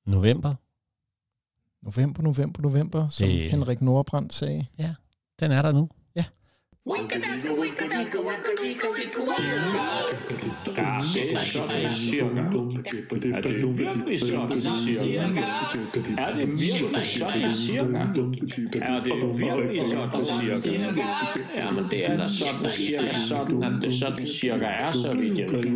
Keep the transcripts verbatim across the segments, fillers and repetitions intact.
November. November, november, november, som Det- Henrik Nordbrandt sagde. Ja, den er der nu. Ja. Ja, det er sådan cirka. Er det virkelig sådan cirka? Er det virkelig sådan cirka? Er det virkelig sådan cirka? Ja, men det er da sådan cirka sådan, at det sådan cirka er, så vidt jeg ved.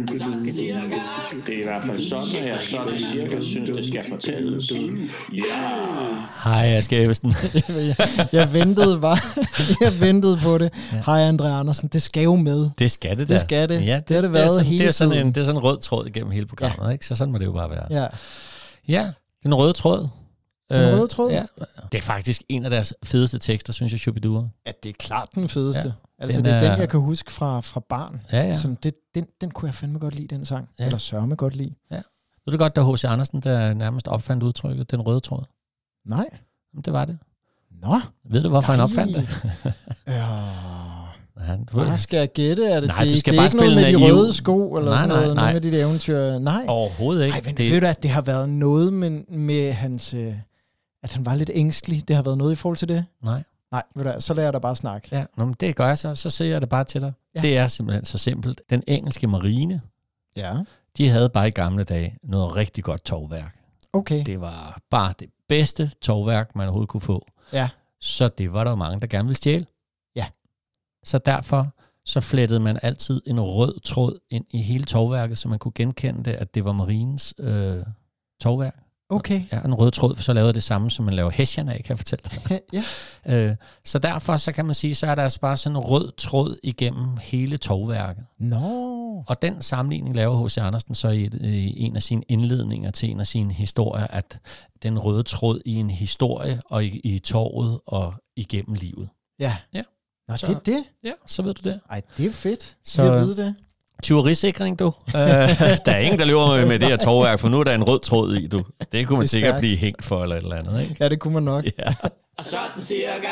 Det er i hvert fald sådan, at jeg sådan cirka synes, det skal fortælles. Ja! Hej, Aske Ebbesen. jeg, jeg ventede bare. jeg ventede på det. Ja. Hej, Andre Andersen. Det skal jo med. Det skal det da. Det skal det. Ja, Det har det det været er sådan, hele det er sådan tiden. en, det er sådan en rød tråd igennem hele programmet, ja. Ikke? Så sådan må det jo bare være. Ja. Ja, den røde tråd. Den Øh, røde tråd? Ja. Det er faktisk en af deres fedeste tekster, synes jeg, Shubidua. Ja, det er klart den fedeste. Ja. Altså, Den det er er- den, jeg kan huske fra, fra barn. Ja, ja. Sådan, det, den, den kunne jeg fandme godt lide, den sang. Ja. Eller sørme godt lide. Ved du godt, der H C Andersen, der nærmest opfandt udtrykket, den røde tråd? Nej. Jamen, det var det. Nå. Ved du, hvorfor Nej. han opfandt det? Ja. Ja, du ved. Hvad skal jeg gætte? Er det, Nej, det, du skal det er bare ikke noget spille med de naiv. røde sko, eller Nej, sådan nej, noget, nej. nogle af de der eventyr? Nej. Overhovedet ikke. Ej, men det, ved du, at det har været noget med, med hans... Øh, at han var lidt ængstelig. Det har været noget i forhold til det? Nej. Nej, ved du, hvad, så lader jeg dig bare snakke. Ja, nå, men det gør jeg så. Så siger jeg det bare til dig. Ja. Det er simpelthen så simpelt. Den engelske marine, Ja. de havde bare i gamle dage noget rigtig godt tovværk. Okay. Det var bare det bedste tovværk, man overhovedet kunne få. Ja. Så det var der jo mange, der gerne ville stjæle. Ja. Så derfor så flettede man altid en rød tråd ind i hele tovværket, så man kunne genkende det, at det var marinens øh, tovværk. Okay. Ja, en rød tråd, så lavede det samme, som man laver hessian af, kan jeg fortælle dig. ja. øh, så derfor, så kan man sige, så er der altså bare sådan en rød tråd igennem hele tovværket. Nå. Og den sammenligning laver H C Andersen så i, et, i en af sine indledninger til en af sine historier, at den røde tråd i en historie og i, i torvet og igennem livet. Ja. Ja. Nå, Så- det er det. Ja, så ved du det. Ej, det er fedt. Så- Så jeg ved det. Tyverisikring, du. uh, der er ingen, der løber med, med det her tovværk, for nu er der en rød tråd i, du. Det kunne man Det er sikkert stærkt. blive hængt for, eller et eller andet, ikke? Ja, det kunne man nok. Ja. Sådan cirka.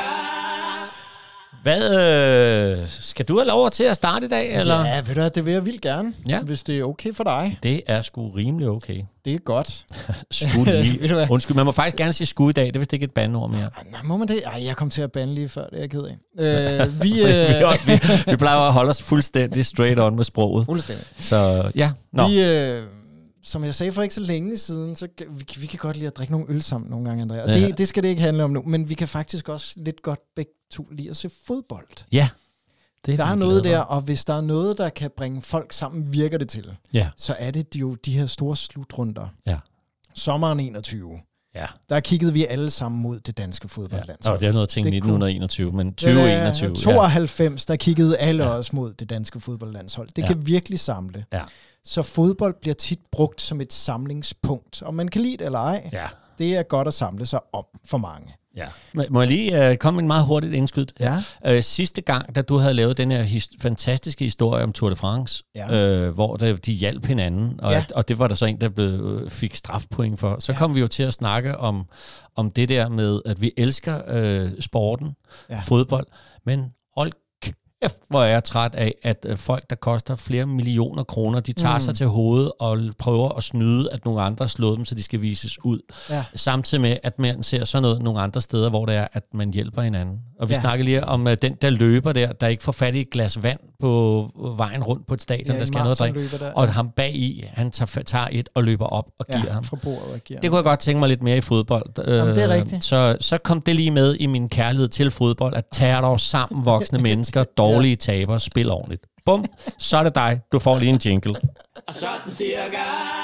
Hvad, øh, skal du have lov til at starte i dag, eller? Ja, ved du hvad, det vil jeg vildt gerne, Ja. hvis det er okay for dig. Det er sgu rimelig okay. Det er godt. Skud Ved du lige. hvad? Undskyld, man må faktisk gerne sige skud i dag. Det er vist ikke et bandeord mere. Ej, nej, må man det? Ej, jeg kom til at bande lige før, det er jeg ked af. Øh, vi, vi, øh, vi, vi plejer at holde os fuldstændig straight on med sproget. fuldstændig. Så ja, nå. Vi, øh, som jeg sagde for ikke så længe siden, så kan, vi, vi kan godt lide at drikke nogle øl sammen nogle gange, Andrea. Og Ja. det, det skal det ikke handle om nu, men vi kan faktisk også lidt godt begge to lide at se fodbold. Ja. Det Der er vi noget glade der, for. og hvis der er noget, der kan bringe folk sammen, virker det til, Ja. så er det jo de her store slutrunder. Ja. Sommeren enogtyve, Ja. der kiggede vi alle sammen mod det danske Ja. fodboldlandshold. Og det er noget ting Det kunne- nitten enogtyve, men tyve enogtyve. Ja. tooghalvfems, der kiggede alle Ja. os mod det danske fodboldlandshold. Det Ja. kan virkelig samle. Ja. Så fodbold bliver tit brugt som et samlingspunkt. Om man kan lide det eller ej, Ja. det er godt at samle sig om for mange. Ja. Må- Må jeg lige uh, komme med en meget hurtigt indskud? Ja. Uh, sidste gang, da du havde lavet den her his- fantastiske historie om Tour de France, Ja. uh, hvor der, de hjalp hinanden, og, Ja. og det var der så en, der blev, uh, fik strafpoint for, så Ja. kom vi jo til at snakke om, om det der med, at vi elsker uh, sporten, Ja. fodbold, men hold kæft, hvor er jeg træt af, at uh, folk, der koster flere millioner kroner, de tager mm. sig til hovedet og prøver at snyde, at nogle andre har slået dem, så de skal vises ud. Ja. Samtidig med, at man ser sådan noget nogle andre steder, hvor det er, at man hjælper hinanden. Og vi Ja. snakker lige om uh, den der løber der, der ikke får fat i et glas vand på vejen rundt på et stadion, Ja, der en skal have noget at drikke. maratonløber der. Og ham bag i, han tager, tager et og løber op og giver Ja, ham. fra bordet og giver Det kunne jeg godt tænke mig lidt mere i fodbold. Jamen, det er Øh, rigtigt. Så, så kom det lige med i min kærlighed til fodbold, at tager dog sammen voksne mennesker, dårlige tabere, spil ordentligt. Bum, så er det dig. Du får lige en jingle. Sådan cirka.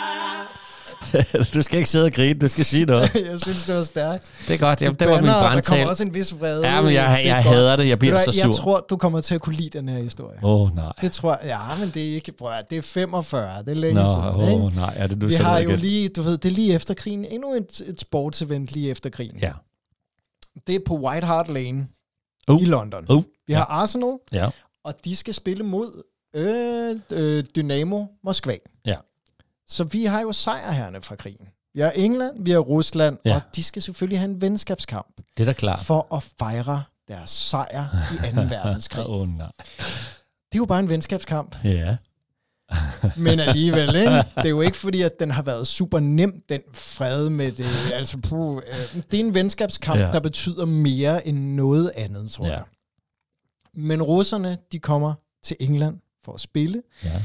Du skal ikke sidde og grine, du skal sige noget. Jeg synes, det var stærkt. Det er godt, jamen, Du det var min bander, og Der brandtale. kommer også en vis vrede. Ja, men jeg, Det er jeg godt. hader det, jeg bliver Ved så du hvad, sur. Jeg tror, du kommer til at kunne lide den her historie. Åh, oh, nej. Det tror jeg. Ja, men det er ikke... Prøv, at- det er femogfyrre. Det er længe Nå, siden. åh, ikke? oh, nej. Er det du Vi selv har igen? jo lige... Du ved, det er lige efter krigen. Endnu et, et sportsevent lige efter krigen. Ja. Det er på White Hart Lane Uh. i London. Uh. Vi har Arsenal, Ja. og de skal spille mod øh, øh, Dynamo Moskva. Ja. Så vi har jo sejrherrerne fra krigen. Vi har England, vi har Rusland, Ja. og de skal selvfølgelig have en venskabskamp Det er da klart. for at fejre deres sejr i anden verdenskrig. Åh, oh, nej. Det er jo bare en venskabskamp. Ja. Men alligevel, ikke? Det er jo ikke fordi, at den har været super nem, den fred med det. Altså, puh, øh, det er en venskabskamp, ja. der betyder mere end noget andet, tror ja. jeg. Men russerne, de kommer til England for at spille. Ja.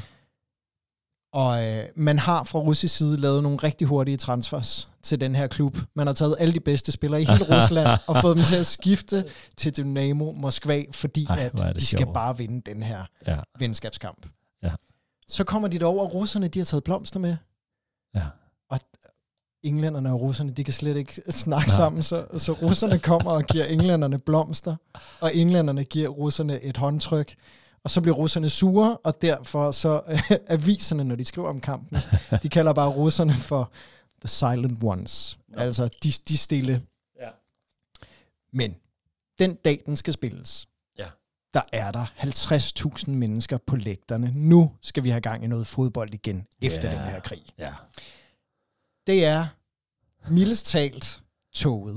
Og øh, man har fra russisk side lavet nogle rigtig hurtige transfers til den her klub. Man har taget alle de bedste spillere i hele Rusland og fået dem til at skifte til Dynamo Moskva, fordi Ej, at de skal sjovt. bare vinde den her ja. venskabskamp. Ja. Så kommer de derover, og russerne, de har taget blomster med. Ja. Og englænderne og russerne, de kan slet ikke snakke Nej. sammen, så, så russerne kommer og giver englænderne blomster, og englænderne giver russerne et håndtryk. Og så bliver russerne sure, og derfor så øh, aviserne, når de skriver om kampen, de kalder bare russerne for the silent ones. Ja. Altså de, de stille. Ja. Men den dag, den skal spilles, ja. der er der halvtreds tusind mennesker på lægterne. Nu skal vi have gang i noget fodbold igen, efter ja. den her krig. Ja. Det er mildest talt toget.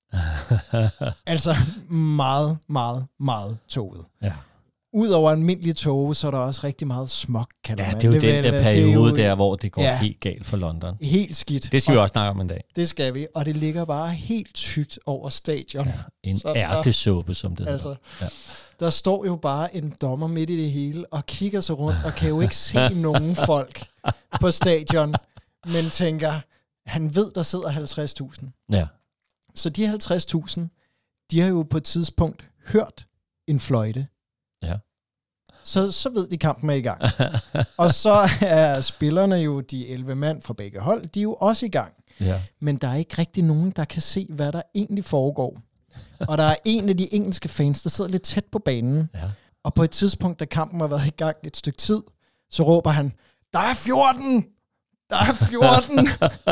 Altså meget, meget, meget toget. Ja. Udover almindelige tog, så er der også rigtig meget smog, kan ja, man. det er jo den vel, der periode jo, der, hvor det går ja, helt galt for London. Helt skidt. Det skal og vi også snakke om en dag. Det skal vi, og det ligger bare helt tykt over stadion. Ja, en ærtesuppe, som det altså, hedder. Ja. Der står jo bare en dommer midt i det hele, og kigger sig rundt, og kan jo ikke se nogen folk på stadion, men tænker, han ved, der sidder halvtreds tusind. Ja. Så de halvtreds tusind, de har jo på et tidspunkt hørt en fløjte. Ja. Så, så ved de, kampen er i gang. Og så er spillerne jo, de elleve mand fra begge hold, de er jo også i gang. Ja. Men der er ikke rigtig nogen, der kan se, hvad der egentlig foregår. Og der er en af de engelske fans, der sidder lidt tæt på banen. Ja. Og på et tidspunkt, da kampen har været i gang et stykke tid, så råber han, der er fjorten! Der er fjorten!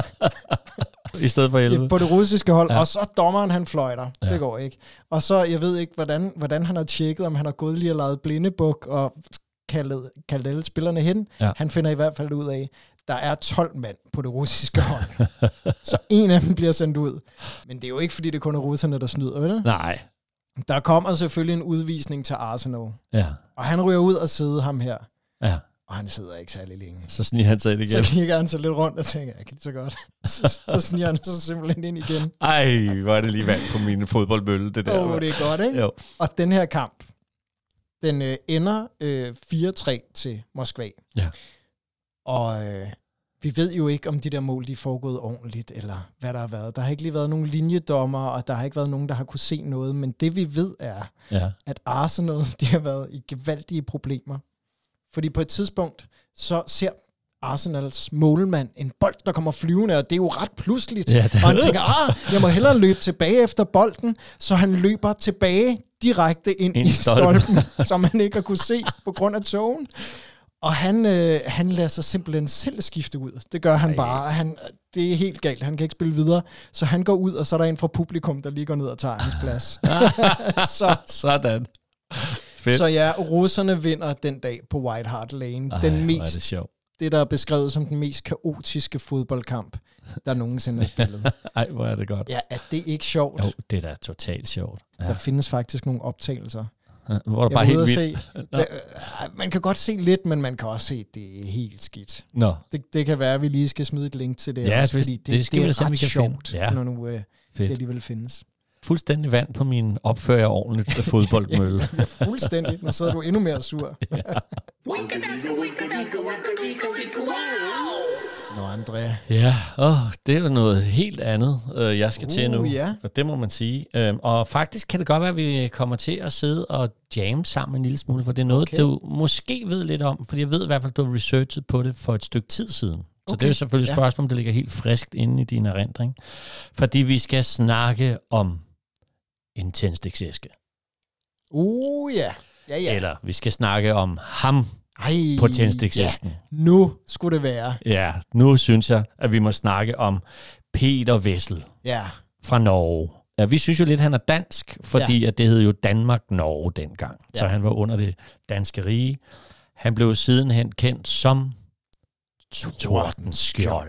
I stedet for elleve. På det russiske hold. Ja. Og så dommeren, han fløjter. Ja. Det går ikke. Og så, jeg ved ikke, hvordan, hvordan han har tjekket, om han har gået lige og lavet blindebuk og kaldet, kaldt alle spillerne hen. Ja. Han finder i hvert fald ud af, der er tolv mand på det russiske hold. Så en af dem bliver sendt ud. Men det er jo ikke, fordi det kun er russerne, der snyder, vel? Nej. Der kommer selvfølgelig en udvisning til Arsenal. Ja. Og han ryger ud og sidder ham her. Ja. Og han sidder ikke særlig længe. Så sniger han sig ind igen. Så kigger han sig lidt rundt og tænker, jeg kan det så godt. Så, så sniger han sig simpelthen ind igen. Ej, hvor er det lige vand på min fodboldbølle, det der. Åh, oh, det er godt, ikke? Jo. Og den her kamp, den øh, ender øh, fire tre til Moskva. Ja. Og øh, vi ved jo ikke, om de der mål, de er foregået ordentligt, eller hvad der har været. Der har ikke lige været nogen linjedommer, og der har ikke været nogen, der har kunne se noget. Men det vi ved er, ja. at Arsenal, de har været i gevaldige problemer. Fordi på et tidspunkt, så ser Arsenals målmand en bold, der kommer flyvende, og det er jo ret pludseligt. Ja, og han tænker, ah, jeg må hellere løbe tilbage efter bolden, så han løber tilbage direkte ind, ind i stolpen, stolpen som han ikke har kunne se på grund af togen. Og han, øh, han lader sig simpelthen selv skifte ud. Det gør han Ej. bare. Han, det er helt galt. Han kan ikke spille videre. Så han går ud, og så er der en fra publikum, der lige går ned og tager hans plads. så. Sådan. Fedt. Så ja, russerne vinder den dag på White Hart Lane. Ej, den mest, det, sjov. det, der er beskrevet som den mest kaotiske fodboldkamp, der nogensinde er spillet. Ej, hvor er det godt. Ja, er det ikke sjovt? Jo, det er da totalt sjovt. Ja. Der findes faktisk nogle optagelser. Ja, hvor er det bare helt vildt. Se, man kan godt se lidt, men man kan også se, at det er helt skidt. Nå. Det, det kan være, at vi lige skal smide et link til det. Ja, også, fordi det, det, skal det er vi ret sjovt, ja. når nu øh, det alligevel findes. Fuldstændig vand på min opfører ordentligt fodboldmølle. Ja, fuldstændig. Nu sidder du endnu mere sur. Ja. Nå, Andrea. Ja, åh, det er jo noget helt andet, øh, jeg skal uh, til nu. Ja. Og det må man sige. Øhm, og faktisk kan det godt være, at vi kommer til at sidde og jamme sammen en lille smule, for det er noget, okay. du måske ved lidt om, for jeg ved i hvert fald, du har researchet på det for et stykke tid siden. Så okay. det er jo selvfølgelig et spørgsmål, ja. om det ligger helt friskt inde i din erindring. Fordi vi skal snakke om en tændstikæske. Uh, ja. ja, ja. Eller vi skal snakke om ham Ej, på tændstikæsken. Ja. Nu skulle det være. Ja, nu synes jeg, at vi må snakke om Peter Wessel ja. fra Norge. Ja, vi synes jo lidt, at han er dansk, fordi ja. at det hed jo Danmark-Norge dengang. Ja. Så han var under det danske rige. Han blev sidenhen kendt som Tordenskjold.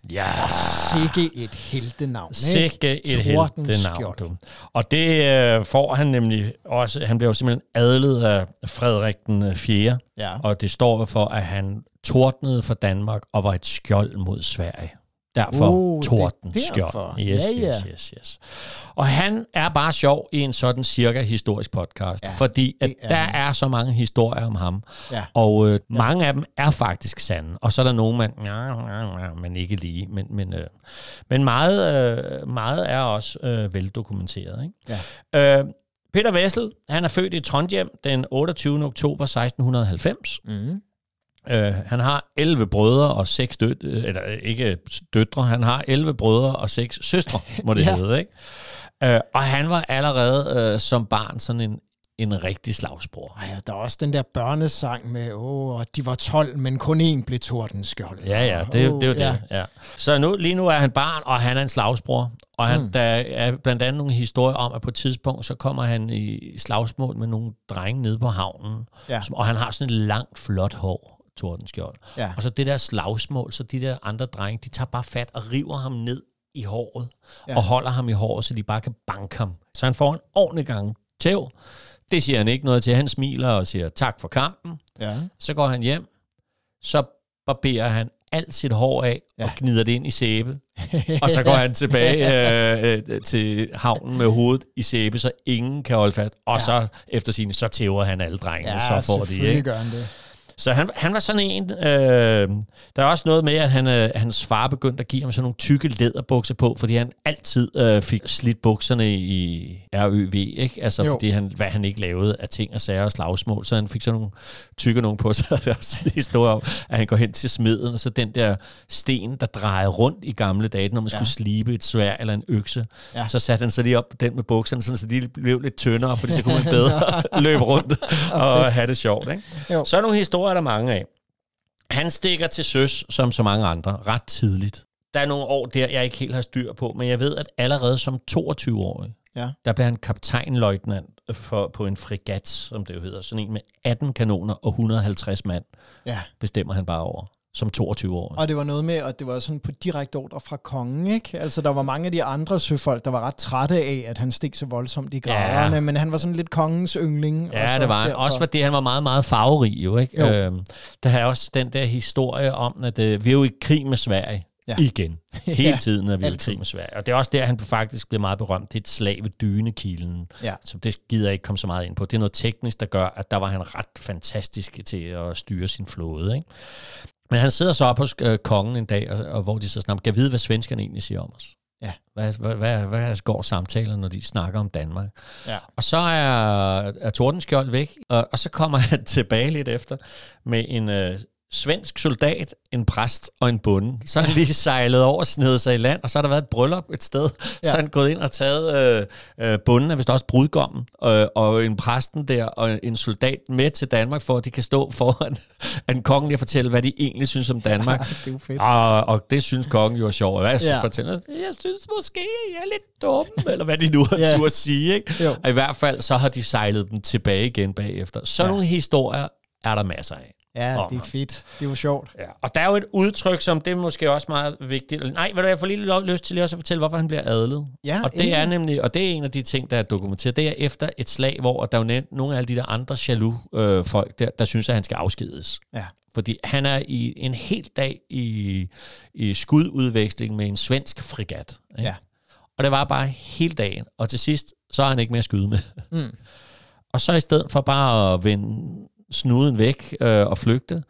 Ja. Og sikke et heltenavn. Sikke et heltenavn. Og det øh, får han nemlig også. Han bliver jo simpelthen adlet af Frederik den fjerde. Ja. Og det står for, at han tordnede for Danmark og var et skjold mod Sverige. Derfor uh, Tordenskjold. Yes, ja, ja. yes, yes, yes. Og han er bare sjov i en sådan cirka historisk podcast, ja, fordi at er der han. er så mange historier om ham, ja. og øh, mange ja. af dem er faktisk sande. Og så er der nogen, man, ja, ja, ja, men ikke lige. Men, men, øh, men meget, øh, meget er også øh, veldokumenteret. Ikke? Ja. Øh, Peter Wessel, han er født i Trondheim den otteogtyvende oktober seksten halvfems. Mm. Uh, han har elleve brødre og seks døtre, eller ikke døtre, han har elleve brødre og seks søstre, må det ja. hedde, ikke? Uh, og han var allerede uh, som barn sådan en, en rigtig slagsbror. Ej, der er også den der børnesang med, åh, de var tolv, men kun én blev Tordenskjold. Ja, ja, det, oh, det er jo ja. det. Ja. Så nu, lige nu er han barn, og han er en slagsbror. Og han, mm. der er blandt andet nogle historier om, at på et tidspunkt, så kommer han i slagsmål med nogle drenge nede på havnen, ja. som, og han har sådan et langt, flot hår. Tordenskjold. Ja. Og så det der slagsmål, så de der andre drenge, de tager bare fat og river ham ned i håret, ja. og holder ham i håret, så de bare kan banke ham. Så han får en ordentlig gang tæv. Det siger han ikke noget til. Han smiler og siger tak for kampen. Ja. Så går han hjem, så barberer han alt sit hår af, ja. og gnider det ind i sæbe. Og så går han tilbage øh, til havnen med hovedet i sæbe, så ingen kan holde fast. Og ja. så efter sine, så tæver han alle drengene, ja, så får de, ikke? Gør han det. Så han, han var sådan en, øh, der er også noget med, at han, øh, hans far begyndte at give ham sådan nogle tykke læderbukser på, fordi han altid øh, fik slidt bukserne i R Ø V, ikke? Altså jo. fordi han, hvad han ikke lavede af ting og sager og slagsmål, så han fik sådan nogle tykke nogle på sig. Der er også en historie om, at han går hen til smeden, og så den der sten, der drejede rundt i gamle dage, når man ja. skulle slibe et sværd eller en økse, ja. så satte han sig lige op på den med bukserne, sådan, så de blev lidt tyndere, fordi så kunne man bedre løbe rundt og have det sjovt, ikke? Jo. Så er nogle historier, er der mange af. Han stikker til søs, som så mange andre, ret tidligt. Der er nogle år der, jeg ikke helt har styr på, men jeg ved, at allerede som toogtyve-årig, ja. der bliver han kaptajnløjtnant for, på en fregat, som det jo hedder. Sådan en med atten kanoner og et hundrede og halvtreds mand, ja. bestemmer han bare over. Som toogtyve-årig. Og det var noget med, at det var sådan på direkte ordre fra kongen, ikke? Altså, der var mange af de andre søfolk, der var ret trætte af, at han stik så voldsomt i graderne, ja. men han var sådan lidt kongens yndling. Ja, og så det var han. Derfor... Også fordi han var meget, meget farverig, jo, ikke? Jo. Øhm, der er også den der historie om, at øh, vi er jo i krig med Sverige. Ja. Igen. Hele ja, tiden er vi i krig med Sverige. Og det er også der, han faktisk bliver meget berømt. Det er et slag ved Dynekilen. Ja. Så det gider jeg ikke komme så meget ind på. Det er noget teknisk, der gør, at der var han ret fantastisk til at styre sin flåde, ikke? Men han sidder så op hos øh, kongen en dag, og, og hvor de så snakker, kan vide, hvad svenskerne egentlig siger om os. Ja. Hvad, hvad, hvad, hvad går samtaler, når de snakker om Danmark? Ja. Og så er, er Tordenskjold væk, og, og så kommer han tilbage lidt efter med en øh, svensk soldat, en præst og en bonde. Så er han lige sejlet over og snedet sig i land, og så har der været et bryllup et sted. Ja. Så er han gået ind og taget øh, øh, bonden, er vist også brudgommen, øh, og en præsten der, og en soldat med til Danmark, for at de kan stå foran en kongen og fortælle, hvad de egentlig synes om Danmark. Ja, det er jo fedt. Og, og det synes kongen jo er sjovt. Hvad jeg synes, ja. fortæller, jeg synes måske, jeg er lidt dum, eller hvad de nu har ja. tur at sige. Ikke? Og i hvert fald, så har de sejlet dem tilbage igen bagefter. Så ja. nogle historier er der masser af. Ja, det er fedt. Det er jo sjovt. Ja. Og der er jo et udtryk, som det er måske også meget vigtigt. Nej, ved du, jeg får lige lyst til lige også at fortælle, hvorfor han bliver adlet. Ja, og det egentlig. er nemlig, og det er en af de ting, der er dokumenteret. Det er efter et slag, hvor der er jo nogle af alle de der andre jaloux øh, folk, der, der synes, at han skal afskedes. Ja. Fordi han er i en hel dag i, i skududveksling med en svensk fregat. Ikke? Ja. Og det var bare hele dagen. Og til sidst, så er han ikke mere at skyde med. Mm. Og så i stedet for bare at vende snuden væk øh, og flygte,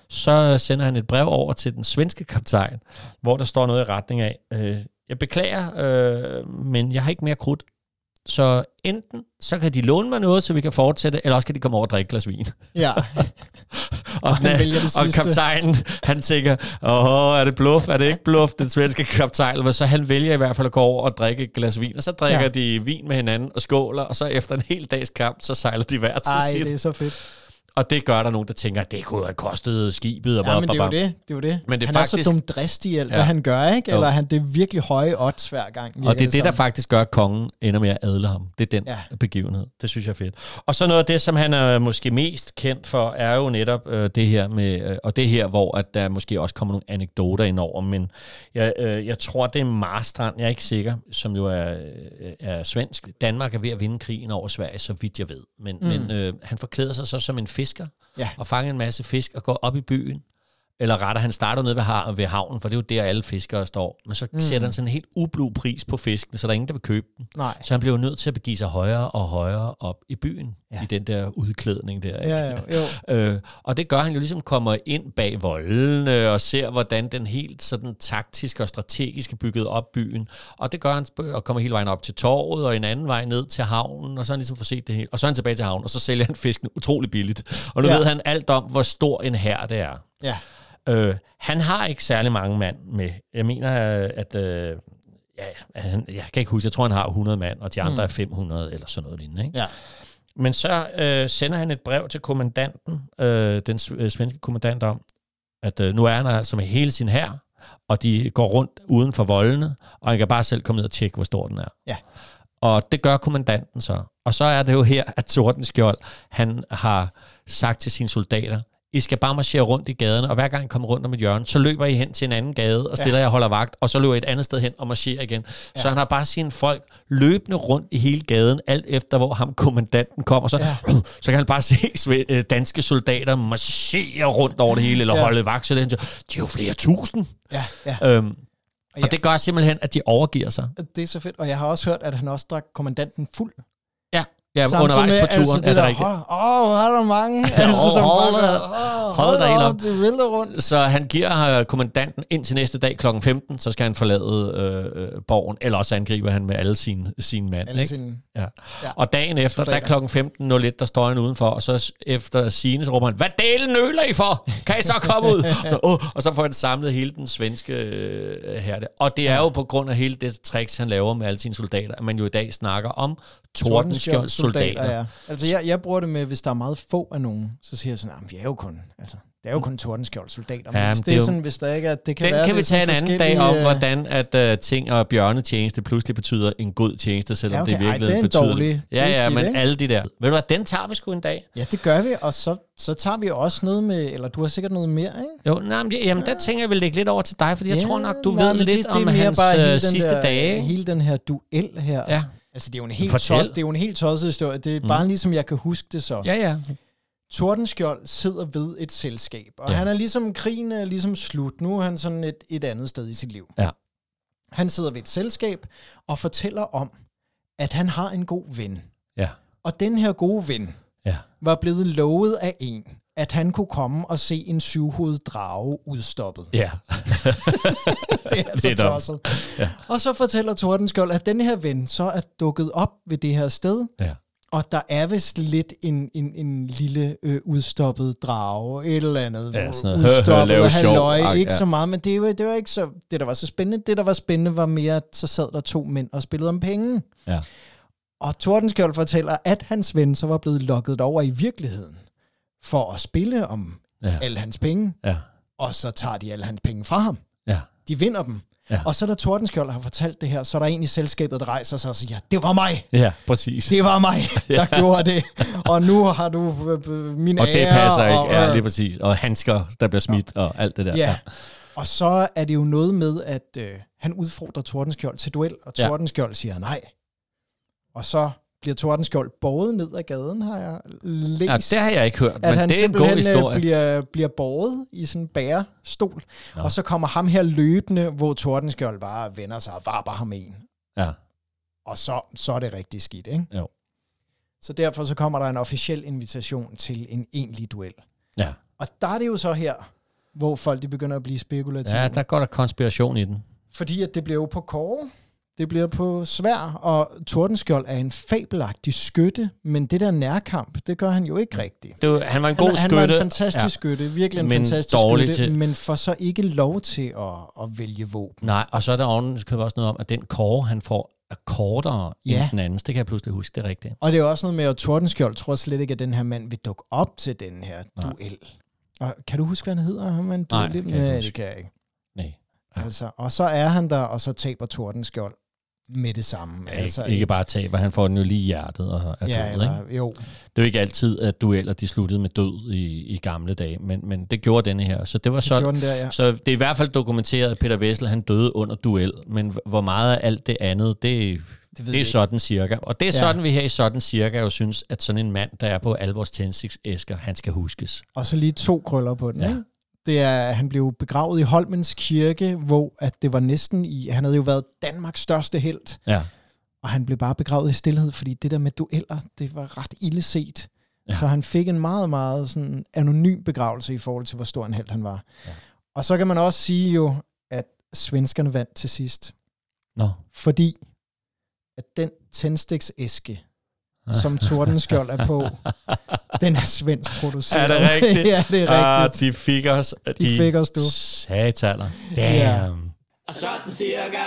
så sender han et brev over til den svenske kaptajn, hvor der står noget i retning af, øh, jeg beklager, øh, men jeg har ikke mere krudt. Så enten, så kan de låne mig noget, så vi kan fortsætte, eller også kan de komme over og drikke et glas vin. Ja. og, og, og kaptajnen, han tænker, åh, er det bluff? Er det ikke bluff, den svenske kaptajn? Så han vælger i hvert fald at gå over og drikke et glas vin, og så drikker ja. de vin med hinanden og skåler, og så efter en hel dags kamp, så sejler de hver til Ej, sit. det er så fedt. Og det gør der nogen, der tænker, at det kunne have kostet skibet. Og ja, bare, men det er jo det. det, er jo det. Men det han faktisk, er så dumt dristig i alt, ja. hvad han gør, ikke? Eller jo. han, det er virkelig høje odds hver gang. Og det er det, der faktisk gør, at kongen ender med at adle ham. Det er den ja. begivenhed. Det synes jeg er fedt. Og så noget af det, som han er måske mest kendt for, er jo netop øh, det her med, øh, og det her, hvor at der måske også kommer nogle anekdoter ind over, men jeg, øh, jeg tror, det er Marstrand, jeg er ikke sikker, som jo er, er svensk. Danmark er ved at vinde krigen over Sverige, så vidt jeg ved. Men, mm. men øh, han forklæder sig så som en fisker, ja. og fanger en masse fisk og går op i byen. Eller rettere, han starter nede ved, ha- ved havnen, for det er jo der, alle fiskere står. Men så mm. sætter han sådan en helt ublu pris på fiskene, så der er ingen, der vil købe dem. Nej. Så han bliver jo nødt til at begive sig højere og højere op i byen, ja. i den der udklædning der. Ikke? Ja, jo, jo. øh, og det gør, han jo ligesom kommer ind bag volden øh, og ser, hvordan den helt sådan taktisk og strategisk er bygget op byen. Og det gør han og kommer hele vejen op til torvet og en anden vej ned til havnen, og så har han ligesom får set det hele. Og så er han tilbage til havnen, og så sælger han fisken utrolig billigt. Og nu ja. ved han alt om, hvor stor en hær det er. Ja. Øh, han har ikke særlig mange mand med. Jeg mener, at... Øh, ja, han, jeg kan ikke huske, jeg tror, han har hundrede mand, og de andre mm. er fem hundrede, eller sådan noget lignende. Ikke? Ja. Men så øh, sender han et brev til kommandanten, øh, den svenske kommandant, om, at øh, nu er han altså med hele sin hær, og de går rundt uden for voldene, og han kan bare selv komme ned og tjekke, hvor stor den er. Ja. Og det gør kommandanten så. Og så er det jo her, at Tordenskjold, han har sagt til sine soldater, I skal bare marchere rundt i gaderne, og hver gang I kommer rundt om et hjørne, så løber I hen til en anden gade, og stiller ja. jer holder vagt, og så løber I et andet sted hen og marcherer igen. Ja. Så han har bare sine folk løbende rundt i hele gaden, alt efter hvor ham kommandanten kommer, så, ja. så kan han bare se danske soldater marchere rundt over det hele, eller ja. holde vagt, så de er jo flere tusind. Ja, ja. Øhm, og ja. det gør simpelthen, at de overgiver sig. Det er så fedt, og jeg har også hørt, at han også drak kommandanten fuld. Ja. Ja, undervejs på turen altså det er det der, rigtigt. Åh, oh, oh, er der mange? altså, oh, hold dig oh, hold dig helt op. Det vælter rundt. Så han giver uh, kommandanten ind til næste dag klokken femten, så skal han forlade øh, øh, borgen, eller også angriber han med alle sine, sine mand. Alle ikke? Sine... Ja. Ja. Og dagen efter, der klokken femten nul et, der står han udenfor, og så efter sigende, så råber han, hvad delen nøler I for? Kan I så komme ud? så, oh, og så får han samlet hele den svenske øh, hærde. Og det er jo på grund af hele det tricks, han laver med alle sine soldater, at man jo i dag snakker om Tordenskjolds soldater. Ja. Altså, jeg, jeg bruger det med, hvis der er meget få af nogen, så siger jeg sådan, at vi er jo kun, altså, det er jo kun Tordenskjolds soldater. Men ja, hvis det, det er sådan, hvis der ikke er, det kan den være... Den kan vi tage en anden dag om, øh... hvordan at uh, ting og bjørnetjeneste pludselig betyder en god tjeneste, selvom ja, okay. det virkelig Ej, det betyder dårlig, det. Ja, ja, men ikke? Alle de der. Ved du hvad, den tager vi sgu en dag. Ja, det gør vi, og så, så tager vi også noget med, eller du har sikkert noget mere, ikke? Jo, nej, men, jamen ja. der tænker jeg, vi lægge lidt over til dig, fordi jeg ja, tror nok, du nej, ved lidt det, det om hans uh, sidste der, dage. Hele den her duel her. Ja. Altså, det er jo en helt, tos, det er jo en helt tosset historie. Det er mm. bare ligesom, jeg kan huske det så. Ja, ja. Tordenskjold sidder ved et selskab, og ja. han er ligesom, krigen er ligesom slut. Nu er han sådan et, et andet sted i sit liv. Ja. Han sidder ved et selskab og fortæller om, at han har en god ven. Ja. Og den her gode ven ja. var blevet lovet af en, at han kunne komme og se en syvhovedet drage udstoppet. Ja. det er så tosset. Ja. Og så fortæller Tordenskjold, at den her ven så er dukket op ved det her sted, ja. og der er vist lidt en, en, en lille øh, udstoppet drage, et eller andet. Ja, sådan noget. Udstoppet halløj, ikke ja. så meget, men det var, det var ikke så, det der var så spændende. Det der var spændende var mere, at så sad der to mænd og spillede om penge. Ja. Og Tordenskjold fortæller, at hans ven så var blevet lokket over i virkeligheden for at spille om ja. alle hans penge, ja. og så tager de alle hans penge fra ham. Ja. De vinder dem. Ja. Og så da Tordenskjold har fortalt det her, så er der en i selskabet, der rejser sig og siger, det var mig! Ja, præcis. Det var mig, der ja. gjorde det. Og nu har du min og ære. Og det passer ikke. Og, ja, lige præcis. Og handsker, der bliver smidt, ja. og alt det der. Ja. ja. Og så er det jo noget med, at øh, han udfordrer Tordenskjold til duel, og Tordenskjold ja. siger nej. Og så bliver Tordenskjold båret ned ad gaden, har jeg læst. Ja, det har jeg ikke hørt, men han det er en god historie. Bliver, bliver båret i sådan en bærestol, ja. og så kommer ham her løbende, hvor Tordenskjold bare vender sig og varper ham en. Ja. Og så, så er det rigtig skidt, ikke? Jo. Så derfor så kommer der en officiel invitation til en egentlig duel. Ja. Og der er det jo så her, hvor folk de begynder at blive spekulative. Ja, der går der konspiration i den. Fordi at det bliver jo på kåre. Det bliver på svær, og Tordenskjold er en fabelagtig skytte, men det der nærkamp, det gør han jo ikke rigtigt. Det var, han var en god han, skytte. Han var en fantastisk ja. skytte, virkelig en men fantastisk skytte, til... men får så ikke lov til at, at vælge våben. Nej, og så er der også noget om, at den kåre, han får, er kortere ja. end den anden. Det kan jeg pludselig huske, det er rigtigt. Og det er også noget med, at Tordenskjold tror slet ikke, at den her mand vil dukke op til den her Nej. duel. Og kan du huske, hvad han hedder? Han man Nej, kan Nej, det kan jeg ikke. Nej. Ja. Altså, og så er han der, og så taber Tordenskjold med det samme. Ja, altså, ikke, ikke bare taber, han får den jo lige i hjertet og er ja, død, eller, ikke? Jo. Det er jo ikke altid, at dueller de sluttede med død i, i gamle dage, men, men det gjorde denne her. Så det var sådan. Det der, ja. Så det er i hvert fald dokumenteret, at Peter Wessel, han døde under duel, men hvor meget af alt det andet, det, det, det er sådan cirka. Og det er ja. sådan, vi her i sådan cirka jo synes, at sådan en mand, der er på alle vores tændstiksæsker, han skal huskes. Og så lige to krøller på den, ja. ikke? Det er, han blev begravet i Holmens Kirke, hvor at det var næsten i, han havde jo været Danmarks største helt. Ja. Og han blev bare begravet i stilhed, fordi det der med dueller, det var ret ille set. Ja. Så han fik en meget, meget sådan anonym begravelse i forhold til, hvor stor en helt han var. Ja. Og så kan man også sige jo, at svenskerne vandt til sidst. Nå. Fordi at den tændstiksæske, som Tordenskjold er på, den er svensk produceret. Er det rigtigt? Ja, det er rigtigt. Ah, de fik os. De, de fik os, du. Sataner. Damn. Ja. Og sådan cirka.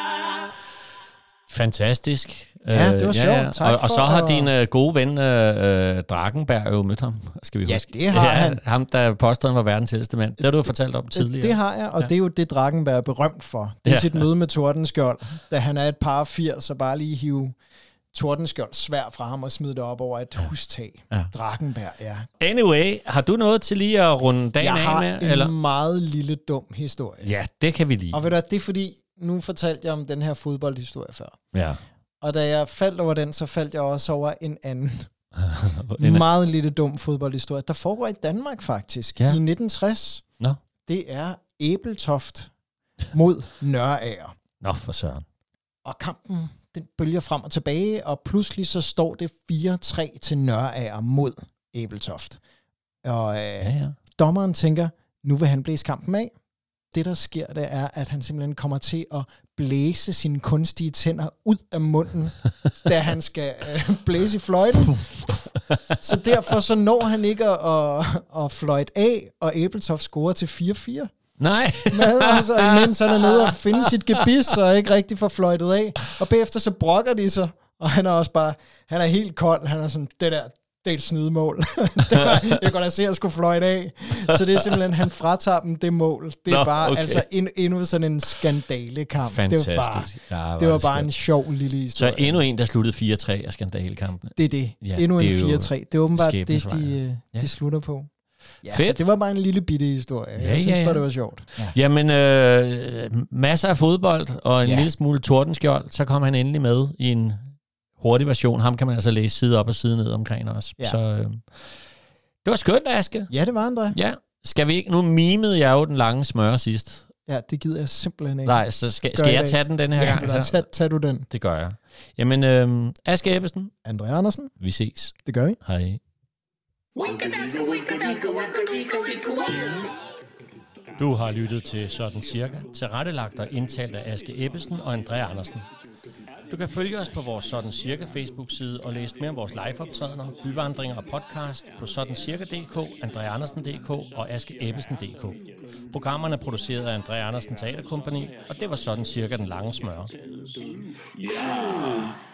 Fantastisk. Ja, det var sjovt. Ja, ja. Og, og så har at... din uh, gode ven uh, Drakenberg jo mødt ham, skal vi ja, huske. det har ja, han. Ham, der påstod, han var verdens ældste mand. Det har du fortalt om tidligere. Det har jeg, og ja. det er jo det, Drakenberg er berømt for. Det er ja. sit møde med Tordenskjold, da han er et par firs, så bare lige hive Tordenskjold svær fra ham og smide det op over et ja. hustag. Ja. Drakenberg, ja. Anyway, har du noget til lige at runde dagen af med? Jeg har en eller? meget lille dum historie. Ja, det kan vi lige. Og ved du, det er fordi, nu fortalte jeg om den her fodboldhistorie før. Ja. Og da jeg faldt over den, så faldt jeg også over en anden meget lille dum fodboldhistorie. Der foregår i Danmark faktisk, ja. i nitten tres. Nå. Det er Ebeltoft mod Nørager. Nå, for søren. Og kampen, den bølger frem og tilbage, og pludselig så står det fire tre til Nørager mod Ebeltoft. Og øh, ja, ja. dommeren tænker, nu vil han blæse kampen af. Det, der sker, det er, at han simpelthen kommer til at blæse sine kunstige tænder ud af munden, da han skal øh, blæse i fløjten. Så derfor så når han ikke at, at, at fløjte af, og Ebeltoft scorer til fire fire. Nej. Men altså, imens han er nede og finde sit gebis, og ikke rigtig får fløjtet af. Og bagefter så brokker de sig, og han er også bare, han er helt kold. Han er sådan, det der, det er et snydemål. Det var, jeg kunne da se, at jeg skulle fløjte af. Så det er simpelthen, han fratager dem det mål. Det er Nå, bare okay. altså en, endnu sådan en skandalekamp. Fantastisk. Det var bare, ja, det var bare en sjov lille historie. Så endnu en, der sluttede fire tre af skandalekampen. Det er det. Ja, endnu det en fire tre. Det er åbenbart det, de, ja. de slutter på. Ja, Fedt. Så det var bare en lille bitte historie. Ja, jeg synes ja, ja. bare, det var sjovt. Ja. Jamen, øh, masser af fodbold og en ja. lille smule Tordenskjold. Så kom han endelig med i en hurtig version. Ham kan man altså læse side op og side ned omkring os. Ja. Så øh, det var skønt, Aske. Ja, det var, André. Ja. Skal vi ikke? Nu mimede jeg jo den lange smør sidst. Ja, det gider jeg simpelthen ikke. Nej, så skal, skal jeg tage den denne her ja, gang? Ja, tag, tag du den. Det gør jeg. Jamen, øh, Aske Ebbesen. André Andersen. Vi ses. Det gør vi. Hej. Du har lyttet til Sådan Cirka, tilrettelagt og indtalt af Aske Ebbesen og André Andersen. Du kan følge os på vores Sådan Cirka Facebook-side og læse mere om vores liveoptrædener, byvandringer og podcast på sådan cirka punktum d k, André Andersen punktum d k og Aske Ebbesen punktum d k. Programmerne er produceret af André Andersen Teaterkompagni, og det var Sådan Cirka den lange smør. Yeah.